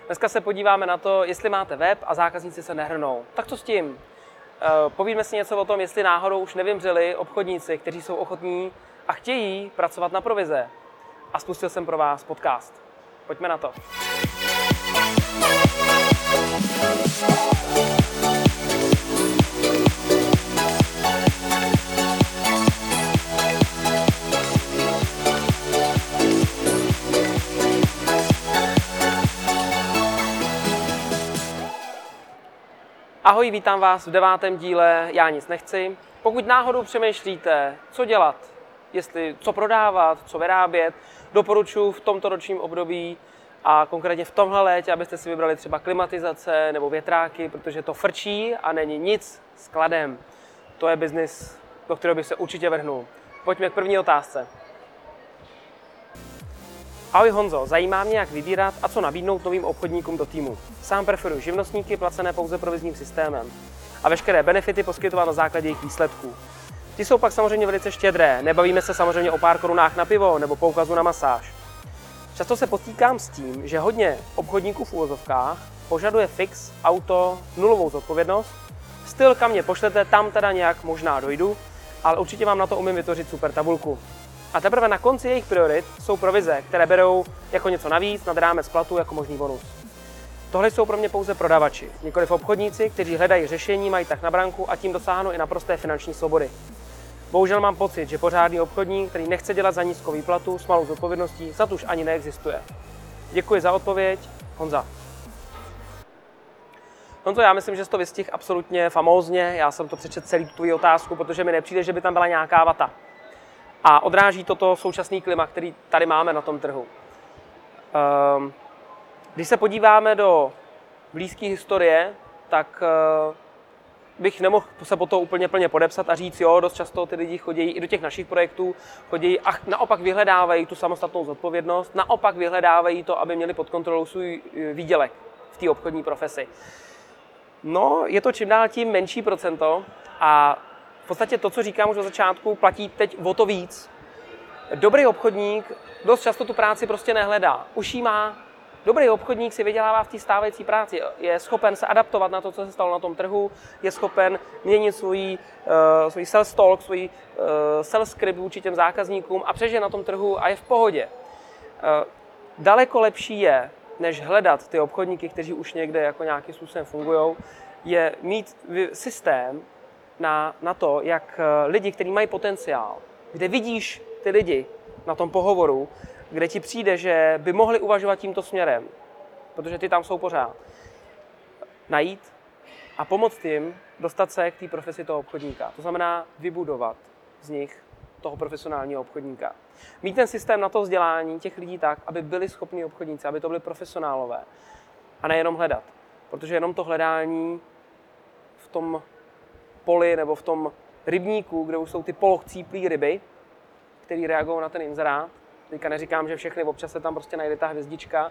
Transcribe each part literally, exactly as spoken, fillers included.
Dneska se podíváme na to, jestli máte web a zákazníci se nehrnou. Tak co s tím? Povíme si něco o tom, jestli náhodou už nevymřeli obchodníci, kteří jsou ochotní a chtějí pracovat na provize. A spustil jsem pro vás podcast. Pojďme na to. Ahoj, vítám vás v devátém díle Já nic nechci. Pokud náhodou přemýšlíte, co dělat, jestli co prodávat, co vyrábět, doporučuji v tomto ročním období a konkrétně v tomhle létě, abyste si vybrali třeba klimatizace nebo větráky, protože to frčí a není nic skladem. To je biznis, do kterého bych se určitě vrhnul. Pojďme k první otázce. Ahoj Honzo, zajímá mě, jak vybírat a co nabídnout novým obchodníkům do týmu. Sám preferuji živnostníky placené pouze provizním systémem a veškeré benefity poskytovat na základě jejich výsledků. Ty jsou pak samozřejmě velice štědré, nebavíme se samozřejmě o pár korunách na pivo nebo poukazu na masáž. Často se potýkám s tím, že hodně obchodníků v uvozovkách požaduje fix, auto, nulovou zodpovědnost, styl kam mě pošlete, tam teda nějak možná dojdu, ale určitě vám na to umím vytvořit super tabulku. A teprve na konci jejich priorit jsou provize, které berou jako něco navíc nad rámec platu jako možný bonus. Tohle jsou pro mě pouze prodavači, nikoliv obchodníci, kteří hledají řešení, mají tak na branku a tím dosáhnou i naprosté finanční svobody. Bohužel mám pocit, že pořádný obchodník, který nechce dělat za nízkou výplatu s malou zodpovědností, za to už ani neexistuje. Děkuji za odpověď, Honza. Honzo, já myslím, že jsi to vystihl absolutně famózně, já jsem to přečetl celý tu tvoji otázku, protože mi nepřijde, že by tam byla nějaká vata. A odráží toto současný klima, který tady máme na tom trhu. Když se podíváme do blízké historie, tak bych nemohl se po to úplně plně podepsat a říct, jo, dost často ty lidi chodí i do těch našich projektů, chodí a naopak vyhledávají tu samostatnou zodpovědnost, naopak vyhledávají to, aby měli pod kontrolou svůj výdělek v té obchodní profesi. No, je to čím dál tím menší procento a v podstatě to, co říkám už od začátku, platí teď o to víc. Dobrý obchodník dost často tu práci prostě nehledá. Už jí má. Dobrý obchodník si vydělává v té stávající práci. Je schopen se adaptovat na to, co se stalo na tom trhu. Je schopen měnit svůj, uh, svůj sales talk, svůj uh, sales script vůči těm zákazníkům a přežije na tom trhu a je v pohodě. Uh, daleko lepší je, než hledat ty obchodníky, kteří už někde jako nějakým způsobem fungují, je mít systém, Na, na to, jak lidi, kteří mají potenciál, kde vidíš ty lidi na tom pohovoru, kde ti přijde, že by mohli uvažovat tímto směrem, protože ty tam jsou pořád, najít a pomoct jim dostat se k té profesi toho obchodníka. To znamená vybudovat z nich toho profesionálního obchodníka. Mít ten systém na to vzdělání těch lidí tak, aby byli schopní obchodníci, aby to byli profesionálové a nejenom hledat. Protože jenom to hledání v tom poli nebo v tom rybníku, kde už jsou ty polohcíplý ryby, které reagují na ten inzerát. Teďka neříkám, že všechny, občas se tam prostě najde ta hvězdička.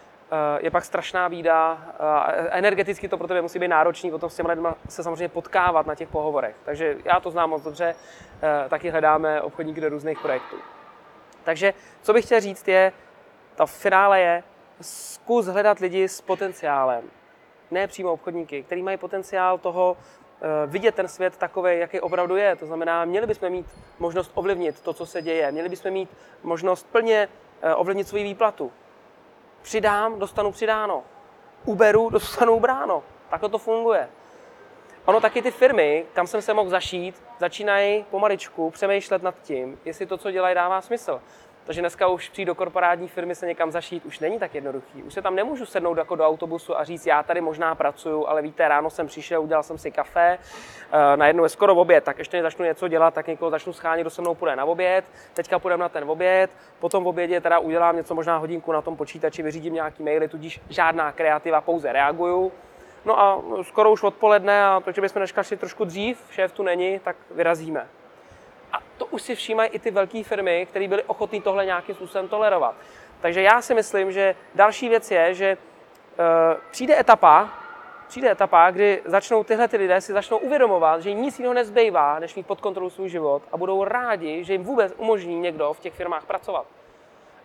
Je pak strašná bída. Energeticky to pro tebe musí být náročný, potom s těmi lidmi se samozřejmě potkávat na těch pohovorech. Takže já to znám moc dobře, taky hledáme obchodníky do různých projektů. Takže co bych chtěl říct je, ta finále je, zkus hledat lidi s potenciálem. Ne přímo obchodníky, který mají potenciál toho, vidět ten svět takový, jaký opravdu je. To znamená, měli bychom mít možnost ovlivnit to, co se děje. Měli bychom mít možnost plně ovlivnit svoji výplatu. Přidám, dostanu přidáno. Uberu, dostanu ubráno. Takhle to funguje. Ono taky ty firmy, kam jsem se mohl zašít, začínají pomaličku přemýšlet nad tím, jestli to, co dělají, dává smysl. Takže dneska už přijít do korporátní firmy se někam zašít už není tak jednoduchý. Už se tam nemůžu sednout jako do autobusu a říct, já tady možná pracuju, ale víte, ráno jsem přišel, udělal jsem si kafe, najednou je skoro oběd, tak ještě než začnu něco dělat, tak někoho začnu schánět, kdo se mnou půjde na oběd, teďka půjdeme na ten oběd, potom v obědě teda udělám něco možná hodinku na tom počítači, vyřídím nějaký maily, tudíž žádná kreativa, pouze reaguju. No a skoro už odpoledne, a protože bychom dneska šli trošku dřív, šéf tu není, tak vyrazíme. A to už si všímají i ty velké firmy, které byly ochotné tohle nějakým způsobem tolerovat. Takže já si myslím, že další věc je, že uh, přijde etapa, přijde etapa, kdy začnou tyhle ty lidé si začnou uvědomovat, že jim nic jiného nezbývá, než mít pod kontrolou svůj život a budou rádi, že jim vůbec umožní někdo v těch firmách pracovat.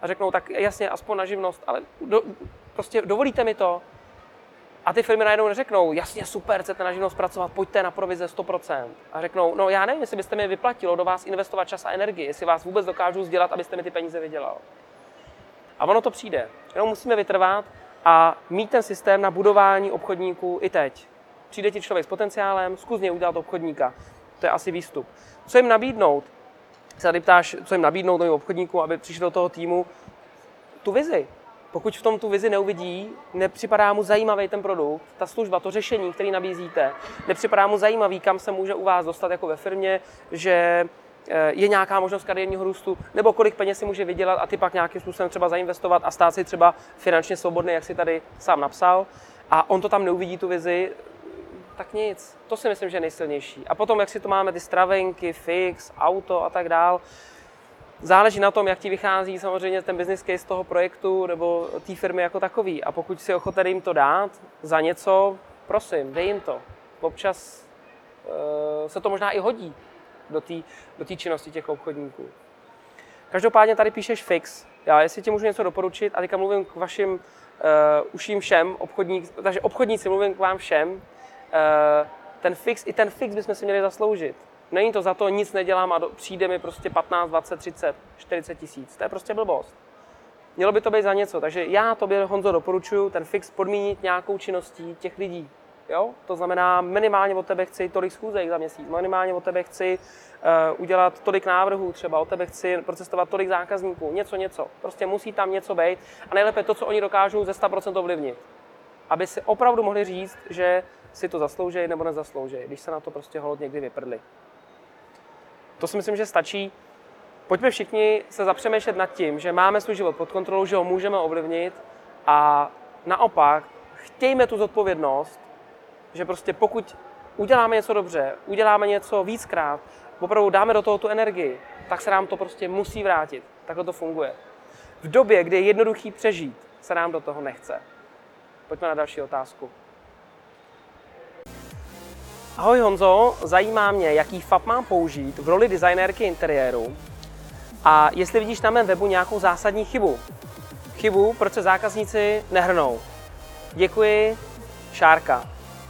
a řeknou, tak jasně, aspoň na živnost, ale do, prostě dovolíte mi to? A ty firmy najednou neřeknou, jasně, super, chcete na živnost pracovat, pojďte na provize sto procent. A řeknou, no já nevím, jestli byste mi vyplatilo do vás investovat čas a energii, jestli vás vůbec dokážu vzdělat, abyste mi ty peníze vydělal. A ono to přijde. Jenom musíme vytrvat a mít ten systém na budování obchodníků i teď. Přijde ti člověk s potenciálem, zkus z něj udělat obchodníka. To je asi výstup. Co jim nabídnout? Se tady ptáš, co jim nabídnout novým obchodníkům, aby přišli do toho týmu? Tu vizi. Pokud v tom tu vizi neuvidí, nepřipadá mu zajímavý ten produkt, ta služba, to řešení, který nabízíte, nepřipadá mu zajímavý, kam se může u vás dostat jako ve firmě, že je nějaká možnost kariérního růstu, nebo kolik peněz si může vydělat a ty pak nějakým způsobem třeba zainvestovat a stát si třeba finančně svobodný, jak si tady sám napsal, a on to tam neuvidí, tu vizi, tak nic. To si myslím, že je nejsilnější. A potom, jak si to máme, ty stravenky, fix, auto a tak dál, záleží na tom, jak ti vychází samozřejmě ten business case z toho projektu nebo té firmy jako takový. A pokud si ochoten jim to dát za něco, prosím, dej jim to. Občas uh, se to možná i hodí do té do té činnosti těch obchodníků. Každopádně tady píšeš fix. Já, jestli ti můžu něco doporučit, a teďka mluvím k vašim uh, uším všem, obchodník, takže obchodníci, mluvím k vám všem, uh, ten fix, i ten fix bychom si měli zasloužit. Není to za to, nic nedělám a do, přijde mi prostě patnáct, dvacet, třicet, čtyřicet tisíc. To je prostě blbost. Mělo by to být za něco, takže já tobě, Honzo, doporučuji ten fix podmínit nějakou činností těch lidí. Jo? To znamená, minimálně od tebe chci tolik schůzek za měsíc, minimálně od tebe chci uh, udělat tolik návrhů, třeba od tebe chci procestovat tolik zákazníků, něco, něco. Prostě musí tam něco být a nejlépe to, co oni dokážou ze sto procent ovlivnit. Aby si opravdu mohli říct, že si to zaslouží nebo nezaslouží, když se na to prostě holod někdy vyprdli. To si myslím, že stačí. Pojďme všichni se zapřemýšlet nad tím, že máme svůj život pod kontrolou, že ho můžeme ovlivnit a naopak chtějme tu zodpovědnost, že prostě pokud uděláme něco dobře, uděláme něco víckrát, opravdu dáme do toho tu energii, tak se nám to prostě musí vrátit. Takhle to funguje. V době, kdy je jednoduchý přežít, se nám do toho nechce. Pojďme na další otázku. Ahoj Honzo, zajímá mě, jaký fab mám použít v roli designérky interiéru a jestli vidíš na mém webu nějakou zásadní chybu. Chybu, proč se zákazníci nehrnou. Děkuji, Šárka.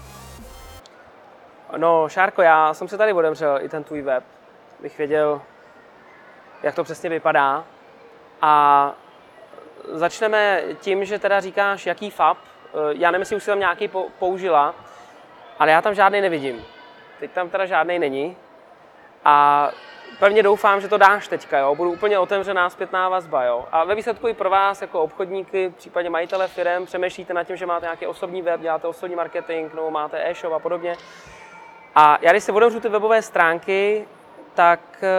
No, Šárko, já jsem se tady odemřel i ten tvůj web, bych věděl, jak to přesně vypadá. A začneme tím, že teda říkáš, jaký fab. Já nevím, jestli už jsi tam nějaký použila, ale já tam žádný nevidím. Teď tam teda žádný není. A pevně doufám, že to dáš teďka, jo. Budu úplně otevřená zpětná vazba, jo. A ve výsledku i pro vás jako obchodníky, případně majitele firem, přemýšlíte nad tím, že máte nějaký osobní web, děláte osobní marketing, nebo máte e-shop a podobně. A já když se otevřu ty webové stránky, tak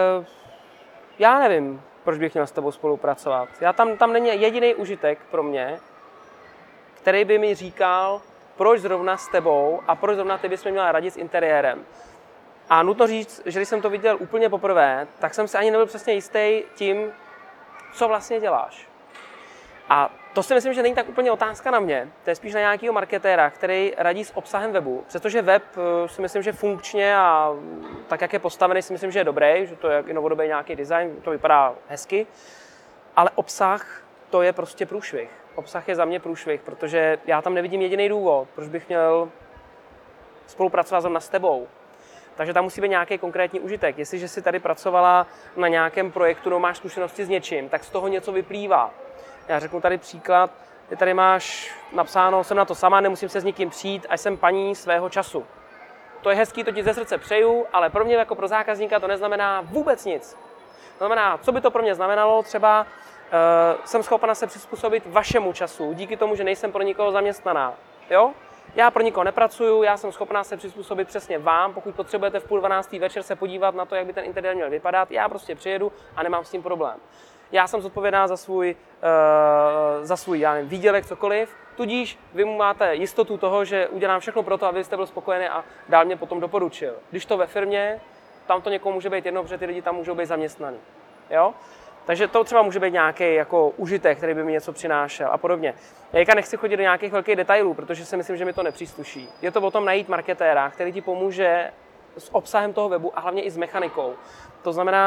já nevím, proč bych měl s tebou spolupracovat. Já tam, tam není jediný užitek pro mě, který by mi říkal, proč zrovna s tebou a proč zrovna ty bys mi měla radit s interiérem. A nutno říct, že když jsem to viděl úplně poprvé, tak jsem se ani nebyl přesně jistý tím, co vlastně děláš. A to si myslím, že není tak úplně otázka na mě. To je spíš na nějakého marketéra, který radí s obsahem webu. Přestože web si myslím, že funkčně a tak, jak je postavený, si myslím, že je dobrý, že to je novodobý nějaký design, to vypadá hezky. Ale obsah, to je prostě průšvih. Obsah je za mě průšvih, protože já tam nevidím jediný důvod, proč bych měl spolupracovat zrovna s tebou. Takže tam musí být nějaký konkrétní užitek. Jestliže jsi tady pracovala na nějakém projektu, no máš zkušenosti s něčím, tak z toho něco vyplývá. Já řeknu tady příklad, ty tady máš napsáno, jsem na to sama, nemusím se s nikým přijít, a jsem paní svého času. To je hezký, to ti ze srdce přeju, ale pro mě jako pro zákazníka to neznamená vůbec nic. To znamená, co by to pro mě znamenalo, třeba uh, jsem schopna se přizpůsobit vašemu času, díky tomu, že nejsem pro nikoho zaměstnaná. Jo? Já pro nikoho nepracuju, já jsem schopná se přizpůsobit přesně vám, pokud potřebujete v půl dvanáctý večer se podívat na to, jak by ten interiér měl vypadat, já prostě přijedu a nemám s tím problém. Já jsem zodpovědná za svůj, uh, za svůj já nevím, výdělek, cokoliv, tudíž vy mu máte jistotu toho, že udělám všechno pro to, aby jste byl spokojený a dál mě potom doporučil. Když to ve firmě, tam to někomu může být jedno, protože ty lidi tam můžou být zaměstnaní. Jo? Takže to třeba může být nějaký jako užitek, který by mi něco přinášel a podobně. Já nechci chodit do nějakých velkých detailů, protože si myslím, že mi to nepřísluší. Je to o tom najít marketéra, který ti pomůže s obsahem toho webu a hlavně i s mechanikou. To znamená,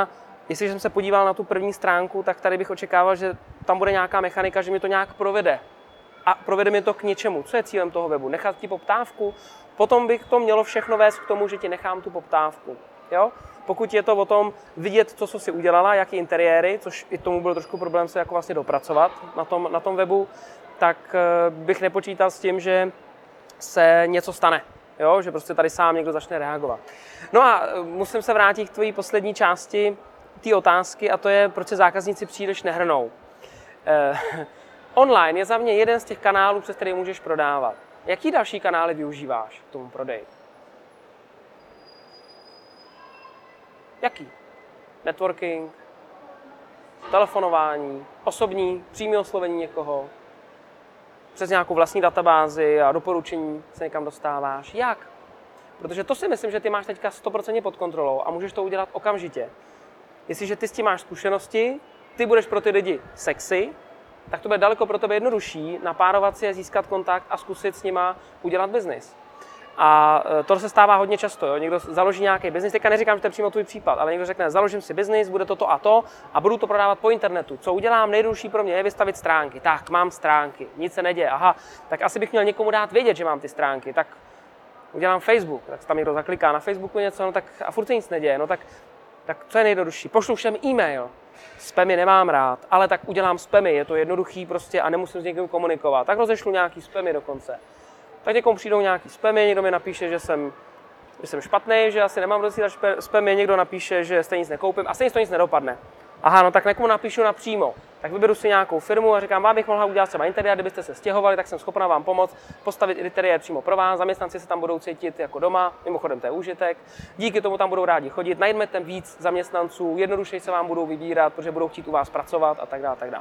jestliže jsem se podíval na tu první stránku, tak tady bych očekával, že tam bude nějaká mechanika, že mi to nějak provede. A provede mi to k něčemu. Co je cílem toho webu? Nechat ti poptávku? Potom bych to mělo všechno vést k tomu, že ti nechám tu poptávku. Jo? Pokud je to o tom vidět to, co jsi udělala, jaký interiéry, což i tomu byl trošku problém se jako vlastně dopracovat na tom, na tom webu, tak bych nepočítal s tím, že se něco stane. Jo? Že prostě tady sám někdo začne reagovat. No a musím se vrátit k tvojí poslední části té otázky, a to je, proč se zákazníci příliš nehrnou. Eh, online je za mě jeden z těch kanálů, přes který můžeš prodávat. Jaký další kanály využíváš k tomu prodeji? Jaký? Networking, telefonování, osobní, přímé oslovení někoho, přes nějakou vlastní databázi a doporučení se někam dostáváš. Jak? Protože to si myslím, že ty máš teďka sto procent pod kontrolou a můžeš to udělat okamžitě. Jestliže ty s tím máš zkušenosti, ty budeš pro ty lidi sexy, tak to bude daleko pro tebe jednodušší napárovat si je, získat kontakt a zkusit s nima udělat biznis. A to se stává hodně často. Jo? Někdo založí nějaký biznis, teďka neříkám, že to je přímo tvůj případ, ale někdo řekne, založím si biznis, bude to to a to a budu to prodávat po internetu. Co udělám? Nejjednodušší pro mě je vystavit stránky. Tak, mám stránky, nic se neděje. Aha, tak asi bych měl někomu dát vědět, že mám ty stránky. Tak udělám Facebook, tak tam někdo zakliká na Facebooku něco, no tak a furt se nic neděje. No tak, tak co je nejjednodušší? Pošlu všem e-mail. Spamy nemám rád, ale tak udělám spamy, je to jednoduchý prostě a nemusím s někým komunikovat. Tak rozešlu nějaký spamy dokonce. Tak někomu přijdou nějaký spamy, někdo mi napíše, že jsem, že jsem špatný, že asi nemám rozesílat spamy, někdo napíše, že stejně nic nekoupím a stejně to nic nedopadne. Aha, no tak někomu napíšu napřímo. Tak vyberu si nějakou firmu a říkám, vám bych mohla udělat třeba interiér, kdybyste se stěhovali, tak jsem schopna vám pomoct postavit interiér přímo pro vás. Zaměstnanci se tam budou cítit jako doma, mimochodem to je užitek. Díky tomu tam budou rádi chodit, najmeme tam víc zaměstnanců, jednodušeji se vám budou vybírat, protože budou chtít u vás pracovat a tak dále, tak dále.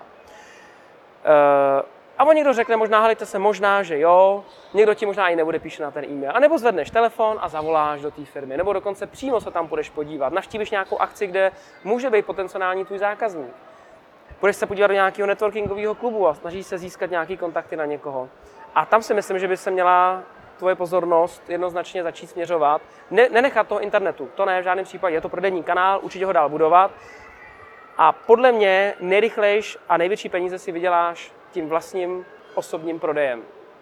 Uh, A on někdo řekne, možná halíte se, možná, že jo, někdo ti možná i nebude píše na ten e-mail. A nebo zvedneš telefon a zavoláš do té firmy, nebo dokonce přímo se tam půjdeš podívat, navštívíš nějakou akci, kde může být potenciální tvůj zákazník. Půjdeš se podívat do nějakého networkingového klubu a snažíš se získat nějaký kontakty na někoho. A tam si myslím, že by se měla tvoje pozornost jednoznačně začít směřovat. Ne, nenechat toho internetu, to ne v žádném případě, je to prodejní kanál, určitě ho dál budovat. A podle mě nejrychlejš a největší peníze si vyděláš tím vlastním osobním prodejem.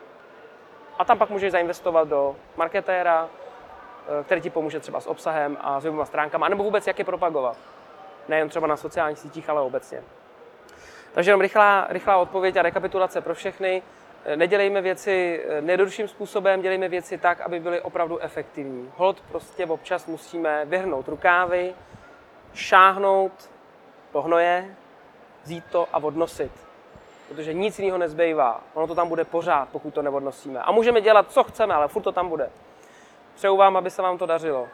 A tam pak můžeš zainvestovat do marketéra, který ti pomůže třeba s obsahem a s webovými stránkami, nebo vůbec jak je propagovat. Nejen třeba na sociálních sítích, ale obecně. Takže jenom rychlá, rychlá odpověď a rekapitulace pro všechny. Nedělejme věci nejjednodušším způsobem, dělejme věci tak, aby byly opravdu efektivní. Holt prostě občas musíme vyhrnout rukávy, šáhnout po hnoje, vzít to a odnosit. Protože nic jiného nezbývá. Ono to tam bude pořád, pokud to neodnosíme. A můžeme dělat, co chceme, ale furt to tam bude. Přeju vám, aby se vám to dařilo.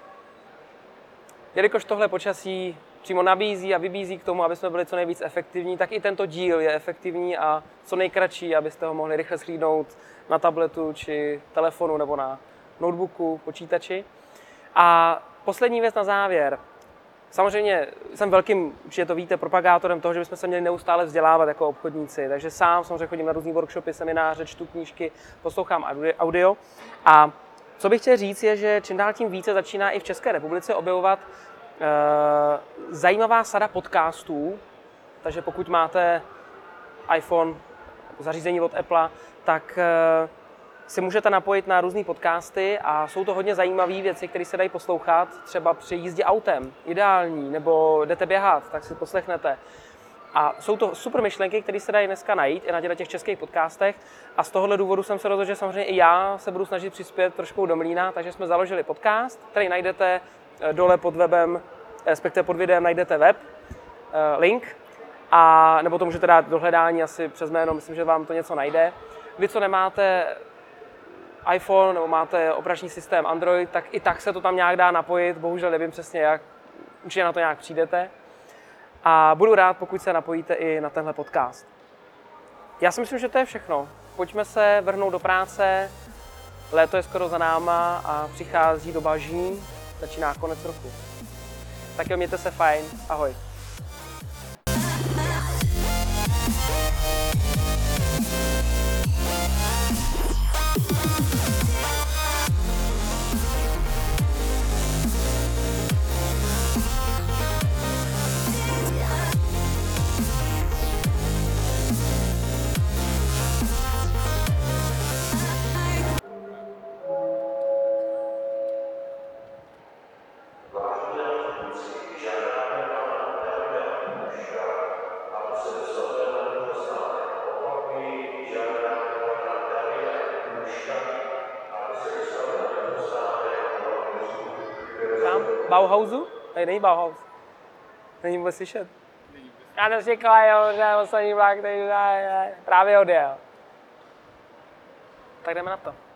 Jelikož tohle počasí přímo nabízí a vybízí k tomu, aby jsme byli co nejvíc efektivní, tak i tento díl je efektivní a co nejkratší, abyste ho mohli rychle shlídnout na tabletu či telefonu nebo na notebooku, počítači. A poslední věc na závěr. Samozřejmě jsem velkým, určitě to víte, propagátorem toho, že bychom se měli neustále vzdělávat jako obchodníci. Takže sám samozřejmě chodím na různé workshopy, semináře, čtu knížky, poslouchám audio. A co bych chtěl říct je, že čím dál tím více začíná i v České republice objevovat e, zajímavá sada podcastů. Takže pokud máte iPhone, zařízení od Apple, tak e, si můžete napojit na různé podcasty a jsou to hodně zajímavé věci, které se dají poslouchat třeba při jízdě autem, ideální, nebo jdete běhat, tak si poslechnete. A jsou to super myšlenky, které se dají dneska najít i na těch českých podcastech a z tohohle důvodu jsem se rozhodl, že samozřejmě i já se budu snažit přispět trošku do mlýna, takže jsme založili podcast, který najdete dole pod webem, respektive pod videem najdete web, link, a nebo to můžete dát do hledání asi přes jméno, myslím, že vám to něco najde. Vy, co nemáte iPhone nebo máte operační systém Android, tak i tak se to tam nějak dá napojit, bohužel nevím přesně jak, určitě na to nějak přijdete. A budu rád, pokud se napojíte i na tenhle podcast. Já si myslím, že to je všechno. Pojďme se vrhnout do práce, léto je skoro za náma a přichází doba žní, začíná konec roku. Tak jo, mějte se fajn, ahoj. Bauhausu? Tady není Bauhaus. Není vůbec slyšet. Já nečekal, jo, že poslední vlak, který právě odjel. Tak jdeme na to.